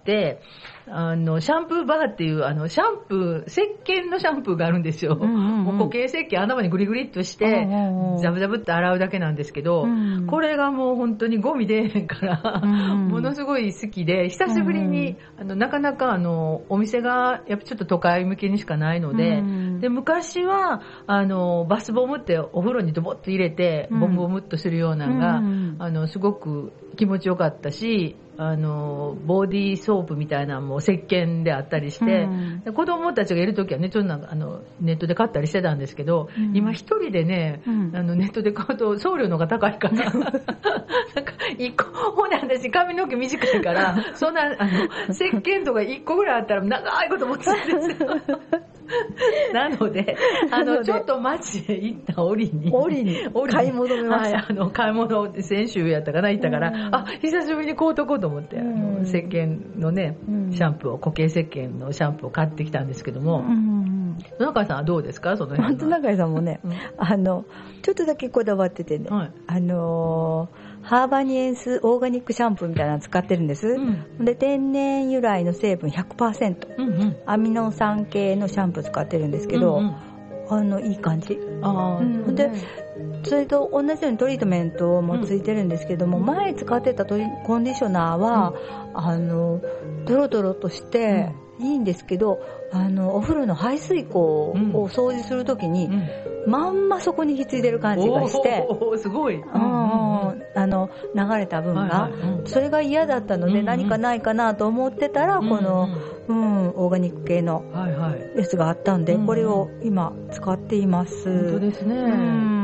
うん、あのシャンプーバーっていうあのシャンプー石鹸のシャンプーがあるんですよ、うんうんうん、もう固形石鹸頭にグリグリっとしてザブザブって洗うだけなんですけど、うん、これがもう本当にゴミ出えへんから、うん、ものすごい好きで久しぶりに、うん、あのなかなかあのお店がやっぱちょっと都会向けにしかないので、うん、で昔はあのバスボムってお風呂にドボッと入れてボムボムっとするようなのが、うん、あのすごく気持ちよかったし、あのボディーソープみたいなのも石鹸であったりして、うん、で子供たちがいるときはねちょっとなんかあのネットで買ったりしてたんですけど、うん、今一人でね、うん、あのネットで買うと送料の方が高いからなんか一個ほんで私髪の毛短いからそんなあの石鹸とか一個ぐらいあったら長いこと持ってたんですよなので、あの、ちょっと街へ行った折に、 折に、買い物めました。 はい、あの、買い物で先週やったかな、行ったから、うん、あ、久しぶりに買うとこうと思って、うん、あの石鹸のね、うん、シャンプーを、固形石鹸のシャンプーを買ってきたんですけども、戸中さんはどうですか、その辺は。 戸中さんもね、うん、あの、ちょっとだけこだわっててね、はい、あのー、ハーバニエンスオーガニックシャンプーみたいなの使ってるんです、うん、で天然由来の成分 ひゃくパーセント、うんうん、アミノ酸系のシャンプー使ってるんですけど、うんうん、あのいい感じ。あ、うん、でそれと同じようにトリートメントもついてるんですけども、うん、前使ってたトリコンディショナーは、うん、あのドロドロとしていいんですけど、あのお風呂の排水口を掃除するときに、うんうん、まんまそこにひっついてる感じがして、 おーすごい、うんうん、 あの流れた分が、はいはいうん、それが嫌だったので、うんうん、何かないかなと思ってたら、うんうん、この、うん、オーガニック系のやつがあったんで、はいはい、これを今使っています。 本当ですね、うん、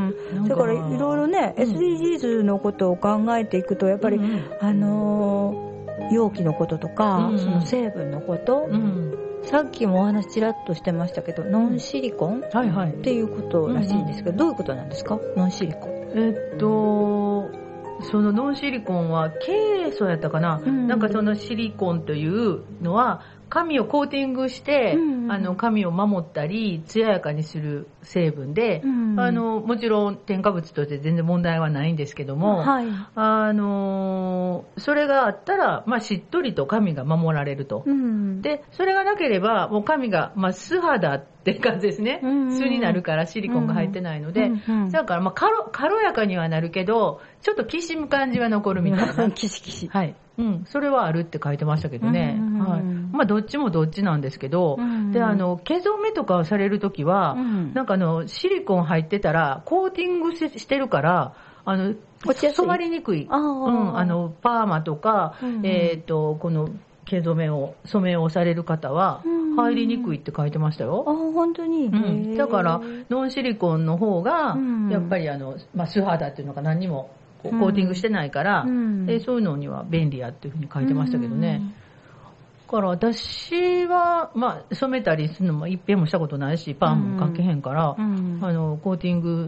だからいろいろね、うん、エスディージーズ のことを考えていくとやっぱり、うんうん、あのー、容器のこととか、うんうん、その成分のこと、うん、さっきもお話ちらっとしてましたけど、ノンシリコン、はいはい、っていうことらしいんですけど、うんうん、どういうことなんですか、ノンシリコン。 えっとそのノンシリコンはケイ素やったかな、うん、なんかそのシリコンというのは髪をコーティングして、うんうん、あの髪を守ったり艶やかにする成分で、うんうん、あのもちろん添加物として全然問題はないんですけども、はい、あのそれがあったら、まあ、しっとりと髪が守られると、うん、でそれがなければもう髪が、まあ、素肌って感じですね、うんうん、素になるからシリコンが入ってないので、うんうん、だからまあ軽、軽やかにはなるけどちょっときしむ感じは残るみたいなキシキシ、 はい、うん、それはあるって書いてましたけどね、うんうんうん、はい、まあどっちもどっちなんですけど、うんうん、であの毛染めとかをされるときは、うん、なんかあのシリコン入ってたらコーティング し, してるからあの染まりにくい、あ、うん、あのパーマとか、うんうん、えーとこの毛染めを染めをされる方は入りにくいって書いてましたよ。 あ、本当に、 うん、だからノンシリコンの方がやっぱりあの、まあ、素肌っていうのが何にもコーティングしてないから、うん、でそういうのには便利やっていうふうに書いてましたけどね、うん、だから私は、まあ、染めたりするのも一遍もしたことないしパンもかけへんから、うん、あのコーティング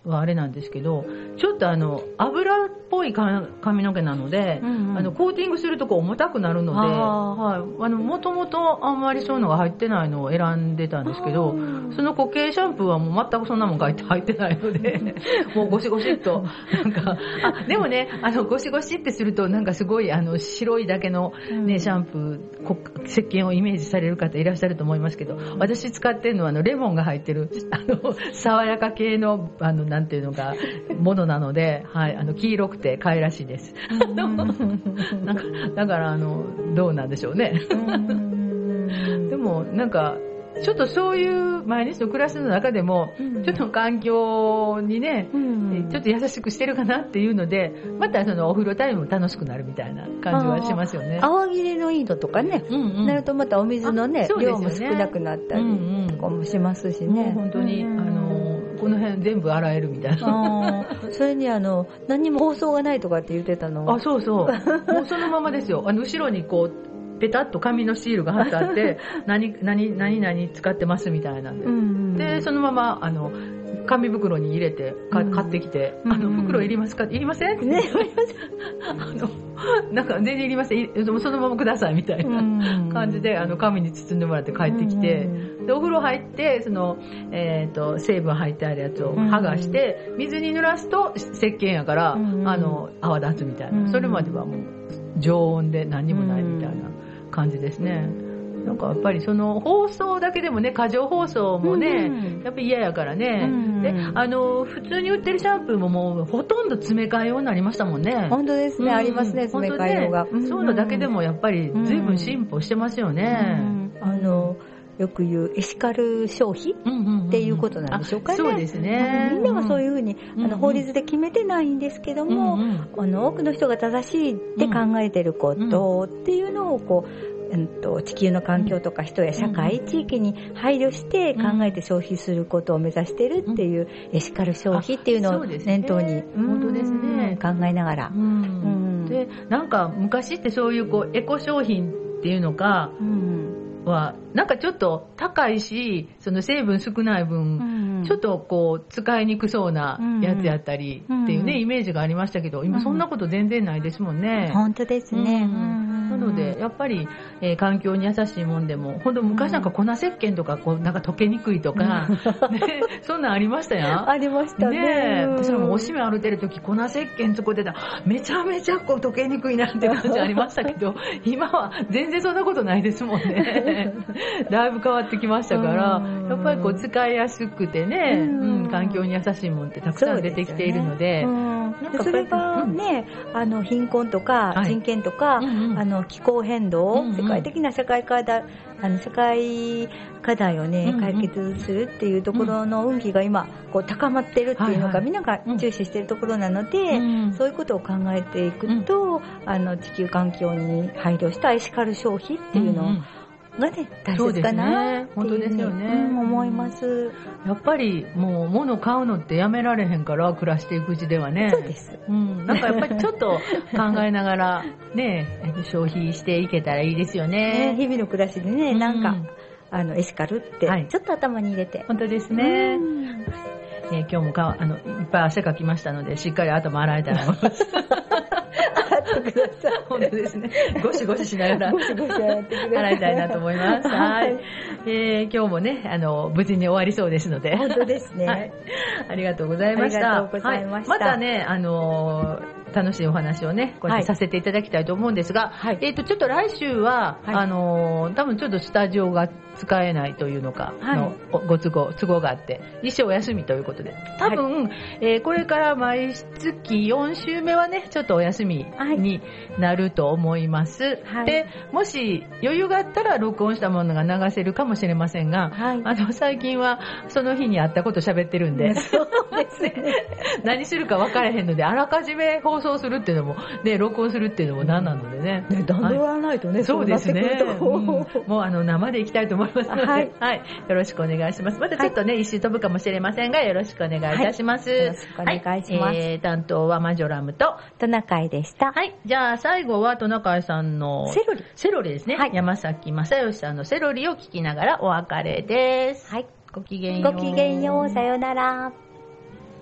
はあれなんですけど、ちょっとあの油っぽい髪の毛なので、うんうん、あのコーティングするとこ重たくなるので、はい、あのもともとあんまりそういうのが入ってないのを選んでたんですけど、その固形シャンプーはもう全くそんなもん入って入ってないのでもうゴシゴシっとなんかあでもね、あのゴシゴシってするとなんかすごいあの白いだけの、ね、シャンプー石鹸をイメージされる方いらっしゃると思いますけど、私使ってるのはあのレモンが入ってるあの爽やか系のあのなんていうのかものなので、はい、あの黄色くて可愛らしいです。なんかだからあのどうなんでしょうね。でもなんかちょっとそういう毎日の暮らしの中でも、うん、ちょっと環境にね、うん、ちょっと優しくしてるかなっていうので、またそのお風呂タイムも楽しくなるみたいな感じはしますよね。 泡切れのいいのとかね、うんうん、なるとまたお水のね、量も少なくなったりとかもしますしね。うんうん、 本当に、うん、あのこの辺全部洗えるみたいな。 それにあの何にも包装がないとかって言ってたの。 あ、そうそう。もうそのままですよ。あの後ろにこう。ペタッと紙のシールが貼ってあって何何何何使ってますみたいなんで、うんうん、でそのままあの紙袋に入れてか、うん、買ってきて、あの袋いりますか、いりませんね、あのなんか全然いりません、そのままくださいみたいな感じであの紙に包んでもらって帰ってきて、でお風呂入ってその、えー、と成分入ってあるやつを剥がして水に濡らすと石鹸やから、あの泡立つみたいな、それまではもう常温で何にもないみたいな感じですね。なんかやっぱりその包装だけでもね、過剰包装もね、うん、やっぱり嫌やからね、うん、であの普通に売ってるシャンプーももうほとんど詰め替え用になりましたもんね。 本当ですね、うん、ありますね、詰め替え用が、 ね、そういうのだけでもやっぱり随分進歩してますよね、 うんうん、あのよく言うエシカル消費っていうことなんでしょうかね。 そうですね。 みんながそういうふうに、うん、あの法律で決めてないんですけども、うんうん、あの多くの人が正しいって考えてることっていうのをこう、うん、と地球の環境とか人や社会、うん、地域に配慮して考えて消費することを目指してるっていう、うん、エシカル消費っていうのを念頭に、 本当ですね、 考えながら、うんうん、でなんか昔ってそういうこうエコ商品っていうのが、うんはなんかちょっと高いし、その成分少ない分、うんうん、ちょっとこう使いにくそうなやつやったりっていうね、うんうん、イメージがありましたけど、今そんなこと全然ないですもんね。 うん、本当ですね。 うんうん、なのでやっぱり、えー、環境に優しいもんでも、本当昔なんか粉石鹸とかこうなんか溶けにくいとか、うんね、そんなんありましたやん。 ありましたね。ね、 私もおしめ歩いてる時粉石鹸使ってたらめちゃめちゃこう溶けにくいなって感じありましたけど、今は全然そんなことないですもんね。だいぶ変わってきましたから、やっぱりこう使いやすくてね、うん、環境に優しいもんってたくさん出てきているので、 そ, で、ね、なんかそれがね、うん、あの貧困とか人権とか、はい、うんうん、あの気候変動、うんうん、世界的な社会課題、あの世界課題をね、うんうん、解決するっていうところの運気が今こう高まってるっていうのが、はいはい、みんなが注視しているところなので、うんうん、そういうことを考えていくと、うん、あの地球環境に配慮したエシカル消費っていうのを、うんうん、がね、大切かなっていうふうに、ね、うん、思います。 やっぱりもう物買うのってやめられへんから、暮らしていくうちではね。 そうです。 うん、なんかやっぱりちょっと考えながらね、消費していけたらいいですよね。 ね、日々の暮らしでね、なんか、うん、あのエシカルってちょっと頭に入れて。はい、 本当ですね。うん、えー、今日もかあのいっぱい汗かきましたので、しっかり頭洗えたら。 ください。 本当ですね。ゴシゴシしながらゴシゴシ洗ってください。 洗いたいなと思います。はい。えー、今日もね、あの無事に終わりそうですので。 本当ですね。 はい、ありがとうございました。 ありがとうございました。 はい、またね、あのー、楽しいお話をね、こうやってさせていただきたいと思うんですが、はい、えっとちょっと来週は、はい、あのー、多分ちょっとスタジオが使えないというのかの、はい、ご都合都合があって一生お休みということで、多分、はい、えー、これから毎月よん週目はねちょっとお休みになると思います、はい、でもし余裕があったら録音したものが流せるかもしれませんが、はい、あの最近はその日にあったこと喋ってるんで、そうですね何するか分からへんので、あらかじめ放送するっていうのもね、録音するっていうのも何なのでね、 ね、段取らないとね、はい、 そうですね、うん、もうあの生でいきたいと思いますので、はい、はい、よろしくお願いします。またちょっとね、はい、一周飛ぶかもしれませんが、よろしくお願いいたします。はい、 よろしくお願いします。はい、 えー、担当はマジョラムとトナカイでした。 はい、じゃあ最後はトナカイさんのセロリ。 セロリですね。はい、山崎正義さんのセロリを聞きながらお別れです。 はい。 ごきげんよう。 ごきげんよう。さよなら。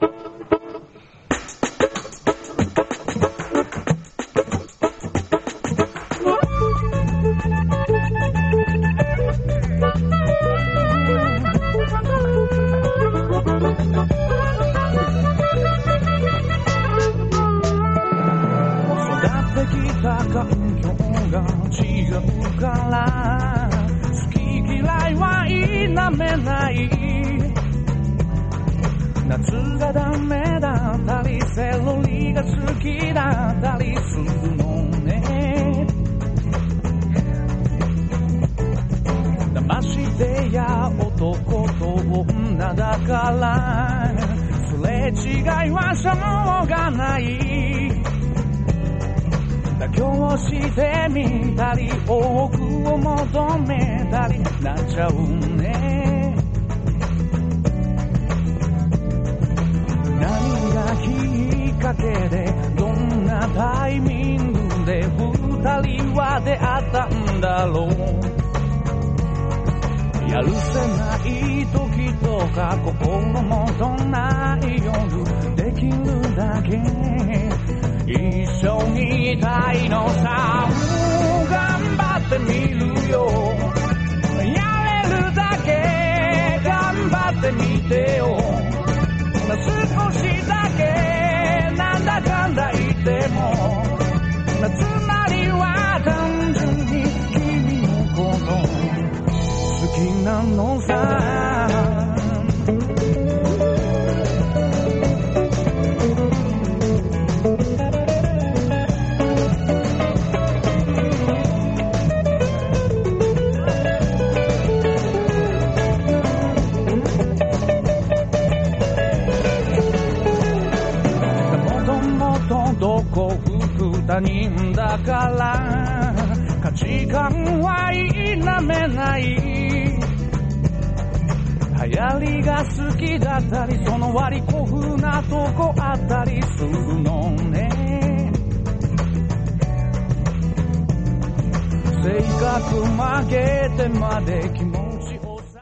他人だから価値観は否めない。流行りが好きだったりその割古風なとこあったりするのね。性格曲げてまで君